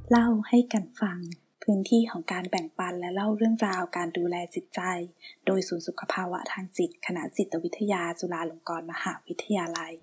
เล่าให้กันฟังพื้นที่ของการแบ่งปันและเล่าเรื่องราวการดูแลจิตใจโดยศูนย์สุขภาวะทางจิตคณะจิตวิทยาจุฬาลงกรณ์มหาวิทยาลัย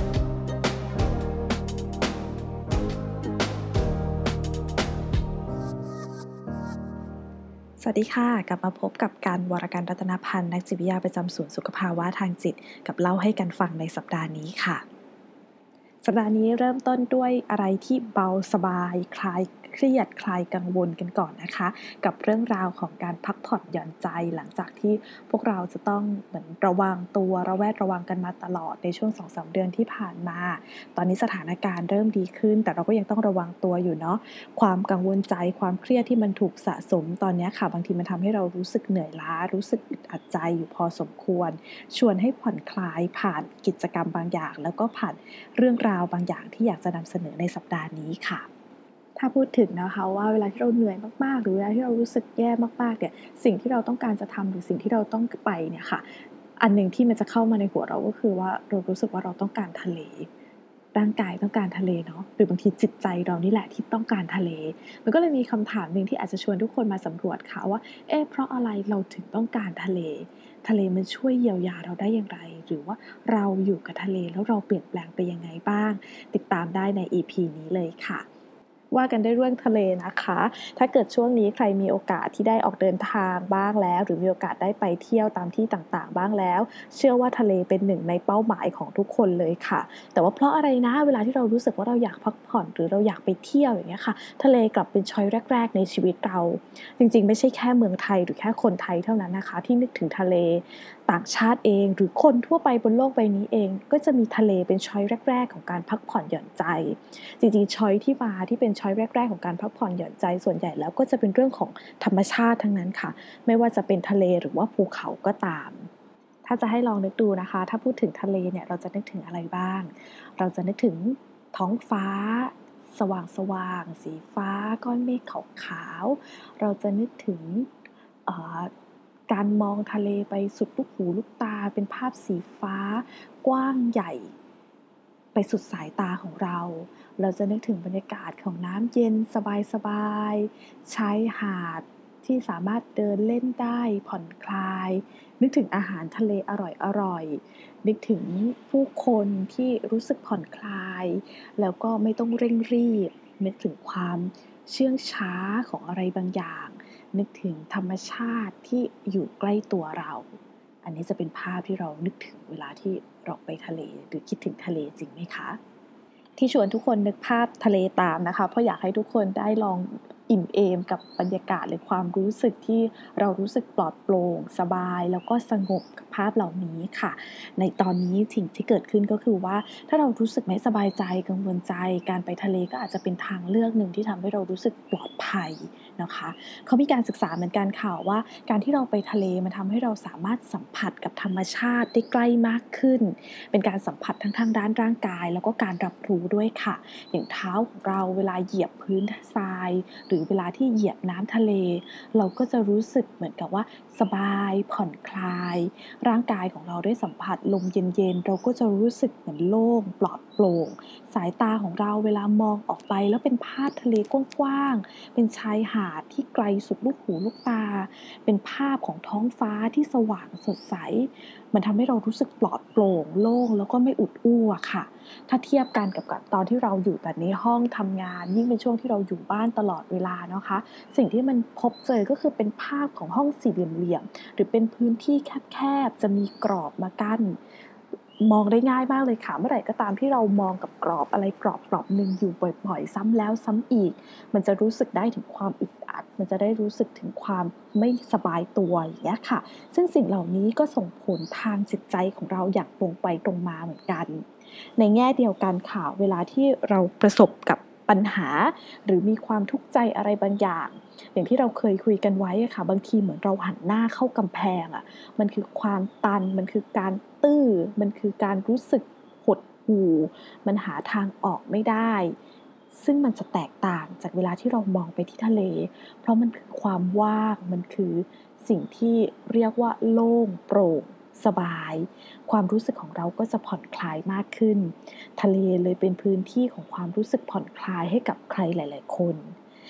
สวัสดีค่ะกลับมาพบกับการวรการรัตนพันธ์นักจิตวิทยาประจำศูนย์สุขภาวะทางจิตกับเล่าให้กันฟังในสัปดาห์นี้ค่ะสัปดาห์นี้เริ่มต้นด้วยอะไรที่เบาสบายคลายเครียดคลายกังวลกันก่อนนะคะกับเรื่องราวของการพักผ่อนหย่อนใจหลังจากที่พวกเราจะต้องเหมือนระวังตัวระแวดระวังกันมาตลอดในช่วง 2-3 เดือนที่ผ่านมาตอนนี้สถานการณ์เริ่มดีขึ้นแต่เราก็ยังต้องระวังตัวอยู่เนาะความกังวลใจความเครียดที่มันถูกสะสมตอนนี้ค่ะบางทีมันทำให้เรารู้สึกเหนื่อยล้ารู้สึกอึดอัดใจอยู่พอสมควรชวนให้ผ่อนคลายผ่านกิจกรรมบางอย่างแล้วก็ผ่านเรื่องราวบางอย่างที่อยากจะนำเสนอในสัปดาห์นี้ค่ะถ้าพูดถึงนะคะว่าเวลาที่เราเหนื่อยมากๆหรือเวลาที่เรารู้สึกแย่มากๆเนี่ยสิ่งที่เราต้องการจะทำหรือสิ่งที่เราต้องไปเนี่ยค่ะอันหนึ่งที่มันจะเข้ามาในหัวเราก็คือว่าเรารู้สึกว่าเราต้องการทะเลร่างกายต้องการทะเลเนาะหรือบางทีจิตใจเรานี่แหละที่ต้องการทะเลมันก็เลยมีคำถามหนึ่งที่อาจจะชวนทุกคนมาสำรวจค่ะว่าเพราะอะไรเราถึงต้องการทะเลมันช่วยเยียวยาเราได้อย่างไรหรือว่าเราอยู่กับทะเลแล้วเราเปลี่ยนแปลงไปยังไงบ้างติดตามได้ใน EP นี้เลยค่ะว่ากันด้วยเรื่องทะเลนะคะถ้าเกิดช่วงนี้ใครมีโอกาสที่ได้ออกเดินทางบ้างแล้วหรือมีโอกาสได้ไปเที่ยวตามที่ต่างๆบ้างแล้วเชื่อว่าทะเลเป็นหนึ่งในเป้าหมายของทุกคนเลยค่ะแต่ว่าเพราะอะไรนะเวลาที่เรารู้สึกว่าเราอยากพักผ่อนหรือเราอยากไปเที่ยวอย่างเงี้ยค่ะทะเลกลับเป็นช้อยแรกๆในชีวิตเราจริงๆไม่ใช่แค่เมืองไทยหรือแค่คนไทยเท่านั้นนะคะที่นึกถึงทะเลต่างชาติเองหรือคนทั่วไปบนโลกใบนี้เองก็จะมีทะเลเป็นช้อยแรกๆของการพักผ่อนหย่อนใจจริงๆช้อยที่มาที่เป็นช้อยแรกๆของการพักผ่อนหย่อนใจส่วนใหญ่แล้วก็จะเป็นเรื่องของธรรมชาติทั้งนั้นค่ะไม่ว่าจะเป็นทะเลหรือว่าภูเขาก็ตามถ้าจะให้ลองนึกดูนะคะถ้าพูดถึงทะเลเนี่ยเราจะนึกถึงอะไรบ้างเราจะนึกถึงท้องฟ้าสว่างๆสีฟ้าก้อนเมฆขาวๆเราจะนึกถึงการมองทะเลไปสุดลูกหูลูกตาเป็นภาพสีฟ้ากว้างใหญ่ไปสุดสายตาของเราจะนึกถึงบรรยากาศของน้ำเย็นสบายๆชายหาดที่สามารถเดินเล่นได้ผ่อนคลายนึกถึงอาหารทะเลอร่อยๆนึกถึงผู้คนที่รู้สึกผ่อนคลายแล้วก็ไม่ต้องเร่งรีบนึกถึงความเชื่องช้าของอะไรบางอย่างนึกถึงธรรมชาติที่อยู่ใกล้ตัวเราอันนี้จะเป็นภาพที่เรานึกถึงเวลาที่เราไปทะเลหรือคิดถึงทะเลจริงไหมคะที่ชวนทุกคนนึกภาพทะเลตามนะคะเพราะอยากให้ทุกคนได้ลองอิ่มเอมกับบรรยากาศหรือความรู้สึกที่เรารู้สึกปลอดโปร่งสบายแล้วก็สงบกับภาพเหล่านี้ค่ะในตอนนี้สิ่งที่เกิดขึ้นก็คือว่าถ้าเรารู้สึกไม่สบายใจกังวลใจการไปทะเลก็อาจจะเป็นทางเลือกหนึ่งที่ทำให้เรารู้สึกปลอดภัยนะคะเขามีการศึกษาเหมือนกันค่ะว่าการที่เราไปทะเลมันทำให้เราสามารถสัมผัสกับธรรมชาติได้ใกล้มากขึ้นเป็นการสัมผัสทั้งทางด้านร่างกายแล้วก็การรับรู้ด้วยค่ะอย่างเท้าของเราเวลาเหยียบพื้นทรายหรือเวลาที่เหยียบน้ำทะเลเราก็จะรู้สึกเหมือนกับว่าสบายผ่อนคลายร่างกายของเราได้สัมผัสลมเย็นๆเราก็จะรู้สึกเหมือนโล่งปลอดโปร่งสายตาของเราเวลามองออกไปแล้วเป็นภาพทะเลกว้างๆเป็นชายหาดที่ไกลสุดลูกหูลูกตาเป็นภาพของท้องฟ้าที่สว่างสดใสมันทำให้เรารู้สึกปลอดโปร่งโล่งแล้วก็ไม่อุดอู้อะค่ะถ้าเทียบกันกับตอนที่เราอยู่แต่ในห้องทำงานยิ่งเป็นช่วงที่เราอยู่บ้านตลอดเวลานะคะสิ่งที่มันพบเจอก็คือเป็นภาพของห้องสี่เหลี่ยมๆหรือเป็นพื้นที่แคบๆจะมีกรอบมากั้นมองได้ง่ายมากเลยค่ะเมื่อไหร่ก็ตามที่เรามองกับกรอบอะไรกรอบหนึ่งอยู่บ่อยๆซ้ำแล้วซ้ำอีกมันจะรู้สึกได้ถึงความอึดอัดมันจะได้รู้สึกถึงความไม่สบายตัวอย่างเงี้ยค่ะซึ่งสิ่งเหล่านี้ก็ส่งผลทางจิตใจของเราอย่างตรงไปตรงมาเหมือนกันในแง่เดียวกันค่ะเวลาที่เราประสบกับปัญหาหรือมีความทุกข์ใจอะไรบางอย่างอย่างที่เราเคยคุยกันไว้ค่ะบางทีเหมือนเราหันหน้าเข้ากำแพงมันคือความตันมันคือการตื้อมันคือการรู้สึกหดหู่มันหาทางออกไม่ได้ซึ่งมันจะแตกต่างจากเวลาที่เรามองไปที่ทะเลเพราะมันคือความว่างมันคือสิ่งที่เรียกว่าโล่งโปร่งสบายความรู้สึกของเราก็จะผ่อนคลายมากขึ้นทะเลเลยเป็นพื้นที่ของความรู้สึกผ่อนคลายให้กับใครหลายๆคน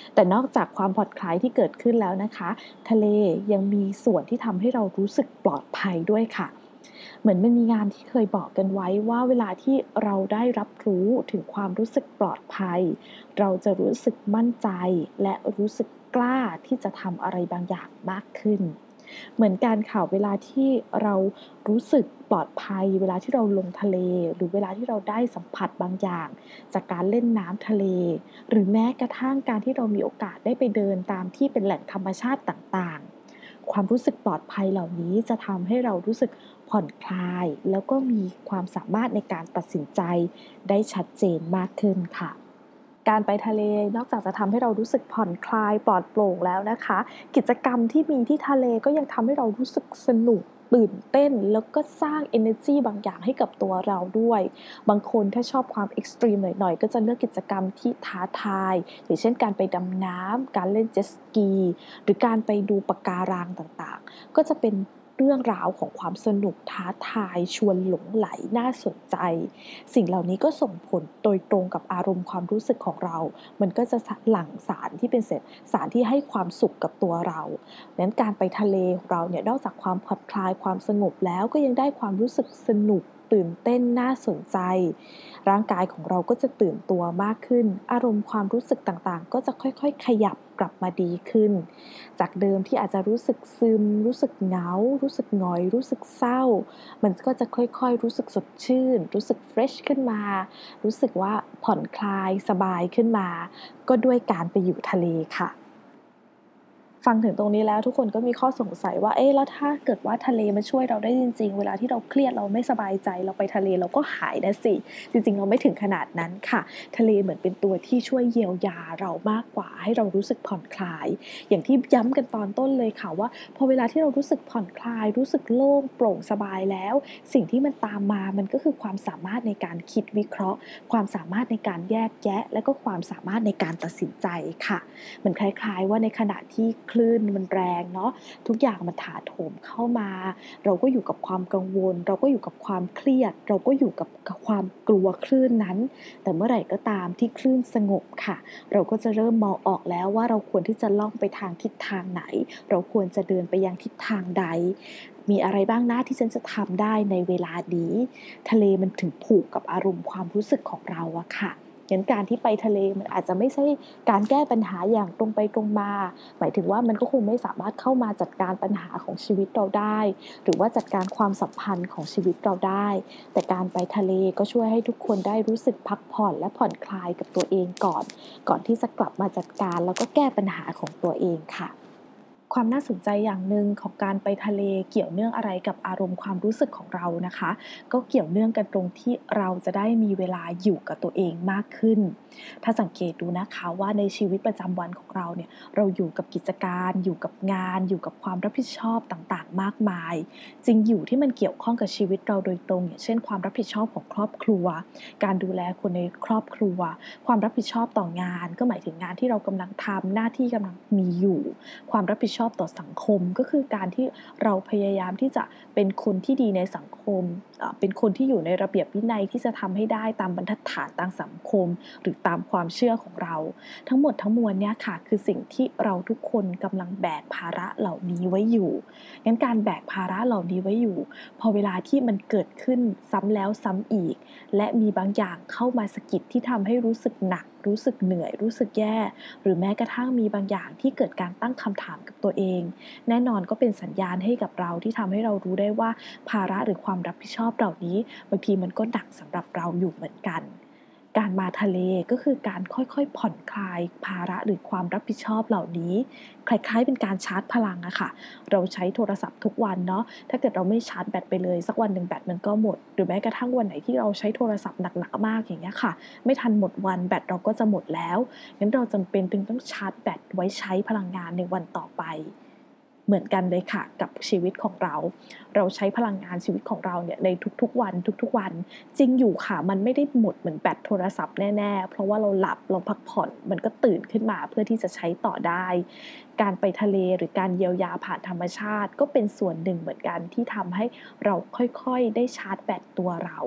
แต่นอกจากความผ่อนคลายที่เกิดขึ้นแล้วนะคะทะเลยังมีส่วนที่ทำให้เรารู้สึกปลอดภัยด้วยค่ะเหมือนมันมีงานที่เคยบอกกันไว้ว่าเวลาที่เราได้รับรู้ถึงความรู้สึกปลอดภัยเราจะรู้สึกมั่นใจและรู้สึกกล้าที่จะทำอะไรบางอย่างมากขึ้นเหมือนกันค่ะเวลาที่เรารู้สึกปลอดภัยเวลาที่เราลงทะเลหรือเวลาที่เราได้สัมผัสบางอย่างจากการเล่นน้ำทะเลหรือแม้กระทั่งการที่เรามีโอกาสได้ไปเดินตามที่เป็นแหล่งธรรมชาติต่างๆความรู้สึกปลอดภัยเหล่านี้จะทำให้เรารู้สึกผ่อนคลายแล้วก็มีความสามารถในการตัดสินใจได้ชัดเจนมากขึ้นค่ะการไปทะเลนอกจากจะทำให้เรารู้สึกผ่อนคลายปลอดโปร่งแล้วนะคะกิจกรรมที่มีที่ทะเลก็ยังทำให้เรารู้สึกสนุกตื่นเต้นแล้วก็สร้าง energy บางอย่างให้กับตัวเราด้วยบางคนถ้าชอบความเอ็กซ์ตรีมหน่อยๆก็จะเลือกกิจกรรมที่ท้าทายอย่างเช่นการไปดำน้ำการเล่นเจ็ตสกีหรือการไปดูปะการังต่างๆก็จะเป็นเรื่องราวของความสนุกท้าทายชวนหลงไหลน่าสนใจสิ่งเหล่านี้ก็ส่งผลโดยตรงกับอารมณ์ความรู้สึกของเรามันก็จะหลั่งสารที่เป็นสารที่ให้ความสุขกับตัวเราดังนั้นการไปทะเลของเราเนี่ยนอกจากความผ่อนคลายความสงบแล้วก็ยังได้ความรู้สึกสนุกตื่นเต้นน่าสนใจร่างกายของเราก็จะตื่นตัวมากขึ้นอารมณ์ความรู้สึกต่างๆก็จะค่อยๆขยับกลับมาดีขึ้นจากเดิมที่อาจจะรู้สึกซึมรู้สึกเหงารู้สึกหงอยรู้สึกเศร้ามันก็จะค่อยๆรู้สึกสดชื่นรู้สึกเฟรชขึ้นมารู้สึกว่าผ่อนคลายสบายขึ้นมาก็ด้วยการไปอยู่ทะเลค่ะฟังถึงตรงนี้แล้วทุกคนก็มีข้อสงสัยว่าแล้วถ้าเกิดว่าทะเลมันช่วยเราได้จริงๆเวลาที่เราเครียดเราไม่สบายใจเราไปทะเลเราก็หายนะสิจริงๆเราไม่ถึงขนาดนั้นค่ะทะเลเหมือนเป็นตัวที่ช่วยเยียวยาเรามากกว่าให้เรารู้สึกผ่อนคลายอย่างที่ย้ำกันตอนต้นเลยค่ะว่าพอเวลาที่เรารู้สึกผ่อนคลายรู้สึกโล่งโปร่งสบายแล้วสิ่งที่มันตามมามันก็คือความสามารถในการคิดวิเคราะห์ความสามารถในการแยกแยะและก็ความสามารถในการตัดสินใจค่ะเหมือนคล้ายๆว่าในขณะที่คลื่นมันแรงเนาะทุกอย่างมันถาโถมเข้ามาเราก็อยู่กับความกังวลเราก็อยู่กับความเครียดเราก็อยู่กับความกลัวคลื่นนั้นแต่เมื่อไหร่ก็ตามที่คลื่นสงบค่ะเราก็จะเริ่มมองออกแล้วว่าเราควรที่จะล่องไปทางทิศทางไหนเราควรจะเดินไปยังทิศทางใดมีอะไรบ้างนะที่ฉันจะทำได้ในเวลานี้ทะเลมันถึงผูกกับอารมณ์ความรู้สึกของเราอะค่ะงั้นการที่ไปทะเลมันอาจจะไม่ใช่การแก้ปัญหาอย่างตรงไปตรงมาหมายถึงว่ามันก็คงไม่สามารถเข้ามาจัดการปัญหาของชีวิตเราได้หรือว่าจัดการความสัมพันธ์ของชีวิตเราได้แต่การไปทะเลก็ช่วยให้ทุกคนได้รู้สึกพักผ่อนและผ่อนคลายกับตัวเองก่อนที่จะกลับมาจัดการแล้วก็แก้ปัญหาของตัวเองค่ะ ความน่าสนใจอย่างหนึ่งของการไปทะเลเกี่ยวเนื่องอะไรกับอารมณ์ความรู้สึกของเรานะคะก็เกี่ยวเนื่องกันตรงที่เราจะได้มีเวลาอยู่กับตัวเองมากขึ้นถ้าสังเกตดูนะคะว่าในชีวิตประจำวันของเราเนี่ยเราอยู่กับกิจการอยู่กับงานอยู่กับความรับผิดชอบต่างๆมากมายจริงอยู่ที่มันเกี่ยวข้องกับชีวิตเราโดยตรงอย่างเช่นความรับผิดชอบของครอบครัวการดูแลคนในครอบครัวความรับผิดชอบต่องานก็หมายถึงงานที่เรากำลังทำหน้าที่กำลังมีอยู่ความรับผิดชอบต่อสังคมก็คือการที่เราพยายามที่จะเป็นคนที่ดีในสังคมเป็นคนที่อยู่ในระเบียบวินัยที่จะทำให้ได้ตามบรรทัดฐานทางสังคมหรือตามความเชื่อของเราทั้งหมดทั้งมวลเนี่ยค่ะคือสิ่งที่เราทุกคนกำลังแบกภาระเหล่านี้ไว้อยู่งั้นการแบกภาระเหล่านี้ไว้อยู่พอเวลาที่มันเกิดขึ้นซ้ำแล้วซ้ำอีกและมีบางอย่างเข้ามาสะกิดที่ทำให้รู้สึกหนักรู้สึกเหนื่อยรู้สึกแย่หรือแม้กระทั่งมีบางอย่างที่เกิดการตั้งคำถามกับตัวเองแน่นอนก็เป็นสัญญาณให้กับเราที่ทำให้เรารู้ได้ว่าภาระหรือความรับผิดชอบเหล่านี้บางทีมันก็หนักสำหรับเราอยู่เหมือนกันการมาทะเลก็คือการค่อยๆผ่อนคลายภาระหรือความรับผิดชอบเหล่านี้คล้ายๆเป็นการชาร์จพลังอะค่ะเราใช้โทรศัพท์ทุกวันเนาะถ้าเกิดเราไม่ชาร์จแบตไปเลยสักวันหนึ่งแบตมันก็หมดหรือแม้กระทั่งวันไหนที่เราใช้โทรศัพท์หนักๆมากอย่างเงี้ยค่ะไม่ทันหมดวันแบตเราก็จะหมดแล้วงั้นเราจำเป็นจึงต้องชาร์จแบตไว้ใช้พลังงานในวันต่อไปเหมือนกันเลยค่ะกับชีวิตของเราเราใช้พลังงานชีวิตของเราเนี่ยในทุกๆวันทุกๆวันจริงอยู่ค่ะมันไม่ได้หมดเหมือนแบตโทรศัพท์แน่ๆเพราะว่าเราหลับเราพักผ่อนมันก็ตื่นขึ้นมาเพื่อที่จะใช้ต่อได้การไปทะเลหรือการเยียวยาผ่านธรรมชาติก็เป็นส่วนหนึ่งเหมือนกันที่ทำให้เราค่อยๆได้ชาร์จแบตตัวเรา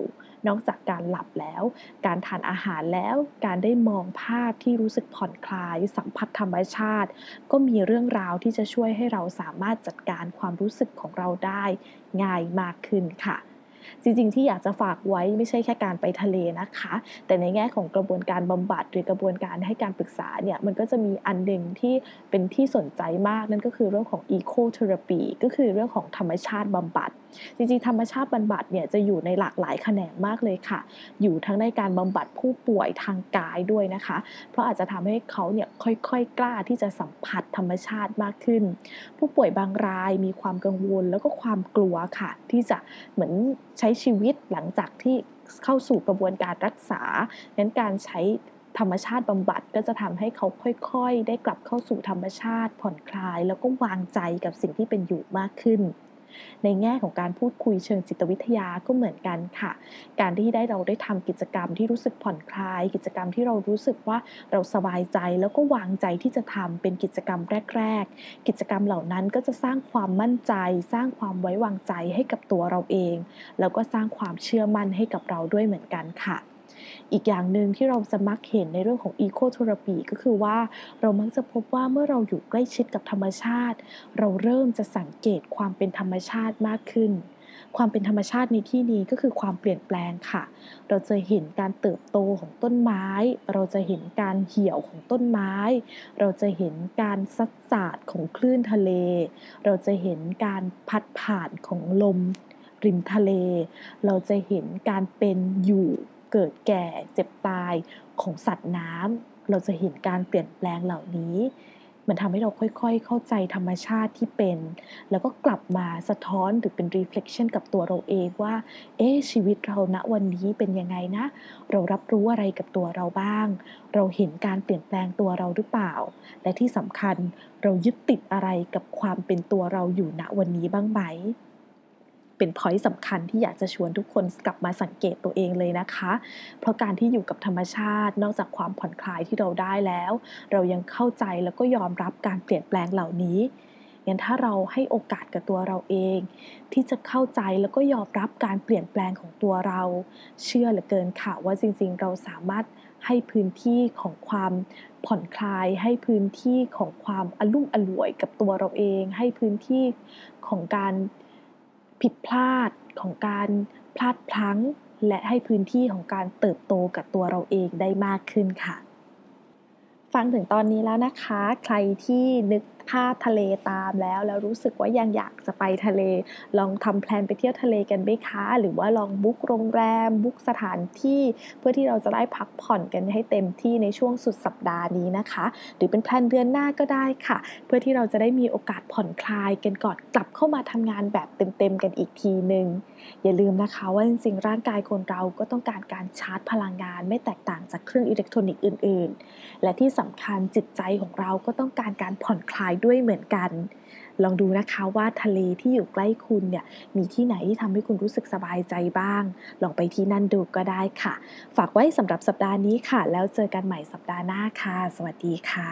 นอกจากการหลับแล้วการทานอาหารแล้วการได้มองภาพที่รู้สึกผ่อนคลายสัมผัสธรรมชาติก็มีเรื่องราวที่จะช่วยให้เราสามารถจัดการความรู้สึกของเราได้ง่ายมากขึ้นค่ะจริงๆที่อยากจะฝากไว้ไม่ใช่แค่การไปทะเลนะคะแต่ในแง่ของกระบวนการบำบัดหรือกระบวนการให้การปรึกษาเนี่ยมันก็จะมีอันหนึ่งที่เป็นที่สนใจมากนั่นก็คือเรื่องของ Eco-Therapy ก็คือเรื่องของธรรมชาติบำบัดจริงๆธรรมชาติบำบัดเนี่ยจะอยู่ในหลากหลายแขนงมากเลยค่ะอยู่ทั้งในการบำบัดผู้ป่วยทางกายด้วยนะคะเพราะอาจจะทำให้เขาเนี่ยค่อยๆกล้าที่จะสัมผัสธรรมชาติมากขึ้นผู้ป่วยบางรายมีความกังวลแล้วก็ความกลัวค่ะที่จะเหมือนใช้ชีวิตหลังจากที่เข้าสู่กระบวนการรักษางั้นการใช้ธรรมชาติบำบัดก็จะทำให้เขาค่อยๆได้กลับเข้าสู่ธรรมชาติผ่อนคลายแล้วก็วางใจกับสิ่งที่เป็นอยู่มากขึ้นในแง่ของการพูดคุยเชิงจิตวิทยาก็เหมือนกันค่ะการที่เราได้ทำกิจกรรมที่รู้สึกผ่อนคลายกิจกรรมที่เรารู้สึกว่าเราสบายใจแล้วก็วางใจที่จะทำเป็นกิจกรรมแรกๆกิจกรรมเหล่านั้นก็จะสร้างความมั่นใจสร้างความไว้วางใจให้กับตัวเราเองแล้วก็สร้างความเชื่อมั่นให้กับเราด้วยเหมือนกันค่ะอีกอย่างหนึ่งที่เราจะมักเห็นในเรื่องของ Eco-Therapy ก็คือว่าเรามักจะพบว่าเมื่อเราอยู่ใกล้ชิดกับธรรมชาติเราเริ่มจะสังเกตความเป็นธรรมชาติมากขึ้นความเป็นธรรมชาติในที่นี้ก็คือความเปลี่ยนแปลงค่ะเราจะเห็นการเติบโตของต้นไม้เราจะเห็นการเหี่ยวของต้นไม้เราจะเห็นการซัดสาดของคลื่นทะเลเราจะเห็นการพัดผ่านของลมริมทะเลเราจะเห็นการเป็นอยู่เกิดแก่เจ็บตายของสัตว์น้ำเราจะเห็นการเปลี่ยนแปลงเหล่านี้มันทำให้เราค่อยๆเข้าใจธรรมชาติที่เป็นแล้วก็กลับมาสะท้อนหรือเป็น reflection กับตัวเราเองว่าชีวิตเราณวันนี้เป็นยังไงนะเรารับรู้อะไรกับตัวเราบ้างเราเห็นการเปลี่ยนแปลงตัวเราหรือเปล่าและที่สำคัญเรายึดติดอะไรกับความเป็นตัวเราอยู่ณวันนี้บ้างไหมเป็น point สำคัญที่อยากจะชวนทุกคนกลับมาสังเกตตัวเองเลยนะคะเพราะการที่อยู่กับธรรมชาตินอกจากความผ่อนคลายที่เราได้แล้วเรายังเข้าใจแล้วก็ยอมรับการเปลี่ยนแปลงเหล่านี้งั้นถ้าเราให้โอกาสกับตัวเราเองที่จะเข้าใจแล้วก็ยอมรับการเปลี่ยนแปลงของตัวเราเชื่อเหลือเกินค่ะว่าจริงๆเราสามารถให้พื้นที่ของความผ่อนคลายให้พื้นที่ของความอลุ่มอล่วยกับตัวเราเองให้พื้นที่ของการผิดพลาดของการพลาดพลั้งและให้พื้นที่ของการเติบโตกับตัวเราเองได้มากขึ้นค่ะฟังถึงตอนนี้แล้วนะคะใครที่นึกภาพทะเลตามแล้วรู้สึกว่ายังอยากจะไปทะเลลองทำแพลนไปเที่ยวทะเลกันไหมคะหรือว่าลองบุ๊กโรงแรมบุ๊กสถานที่เพื่อที่เราจะได้พักผ่อนกันให้เต็มที่ในช่วงสุดสัปดาห์นี้นะคะหรือเป็นแพลนเดือนหน้าก็ได้ค่ะเพื่อที่เราจะได้มีโอกาสผ่อนคลายกันก่อนกลับเข้ามาทำงานแบบเต็มๆกันอีกทีนึงอย่าลืมนะคะว่าจริงๆร่างกายคนเราก็ต้องการการชาร์จพลังงานไม่แตกต่างจากเครื่องอิเล็กทรอนิกส์อื่นๆและที่สำคัญจิตใจของเราก็ต้องการการผ่อนคลายด้วยเหมือนกันลองดูนะคะว่าทะเลที่อยู่ใกล้คุณเนี่ยมีที่ไหนที่ทำให้คุณรู้สึกสบายใจบ้างลองไปที่นั่นดูก็ได้ค่ะฝากไว้สำหรับสัปดาห์นี้ค่ะแล้วเจอกันใหม่สัปดาห์หน้าค่ะสวัสดีค่ะ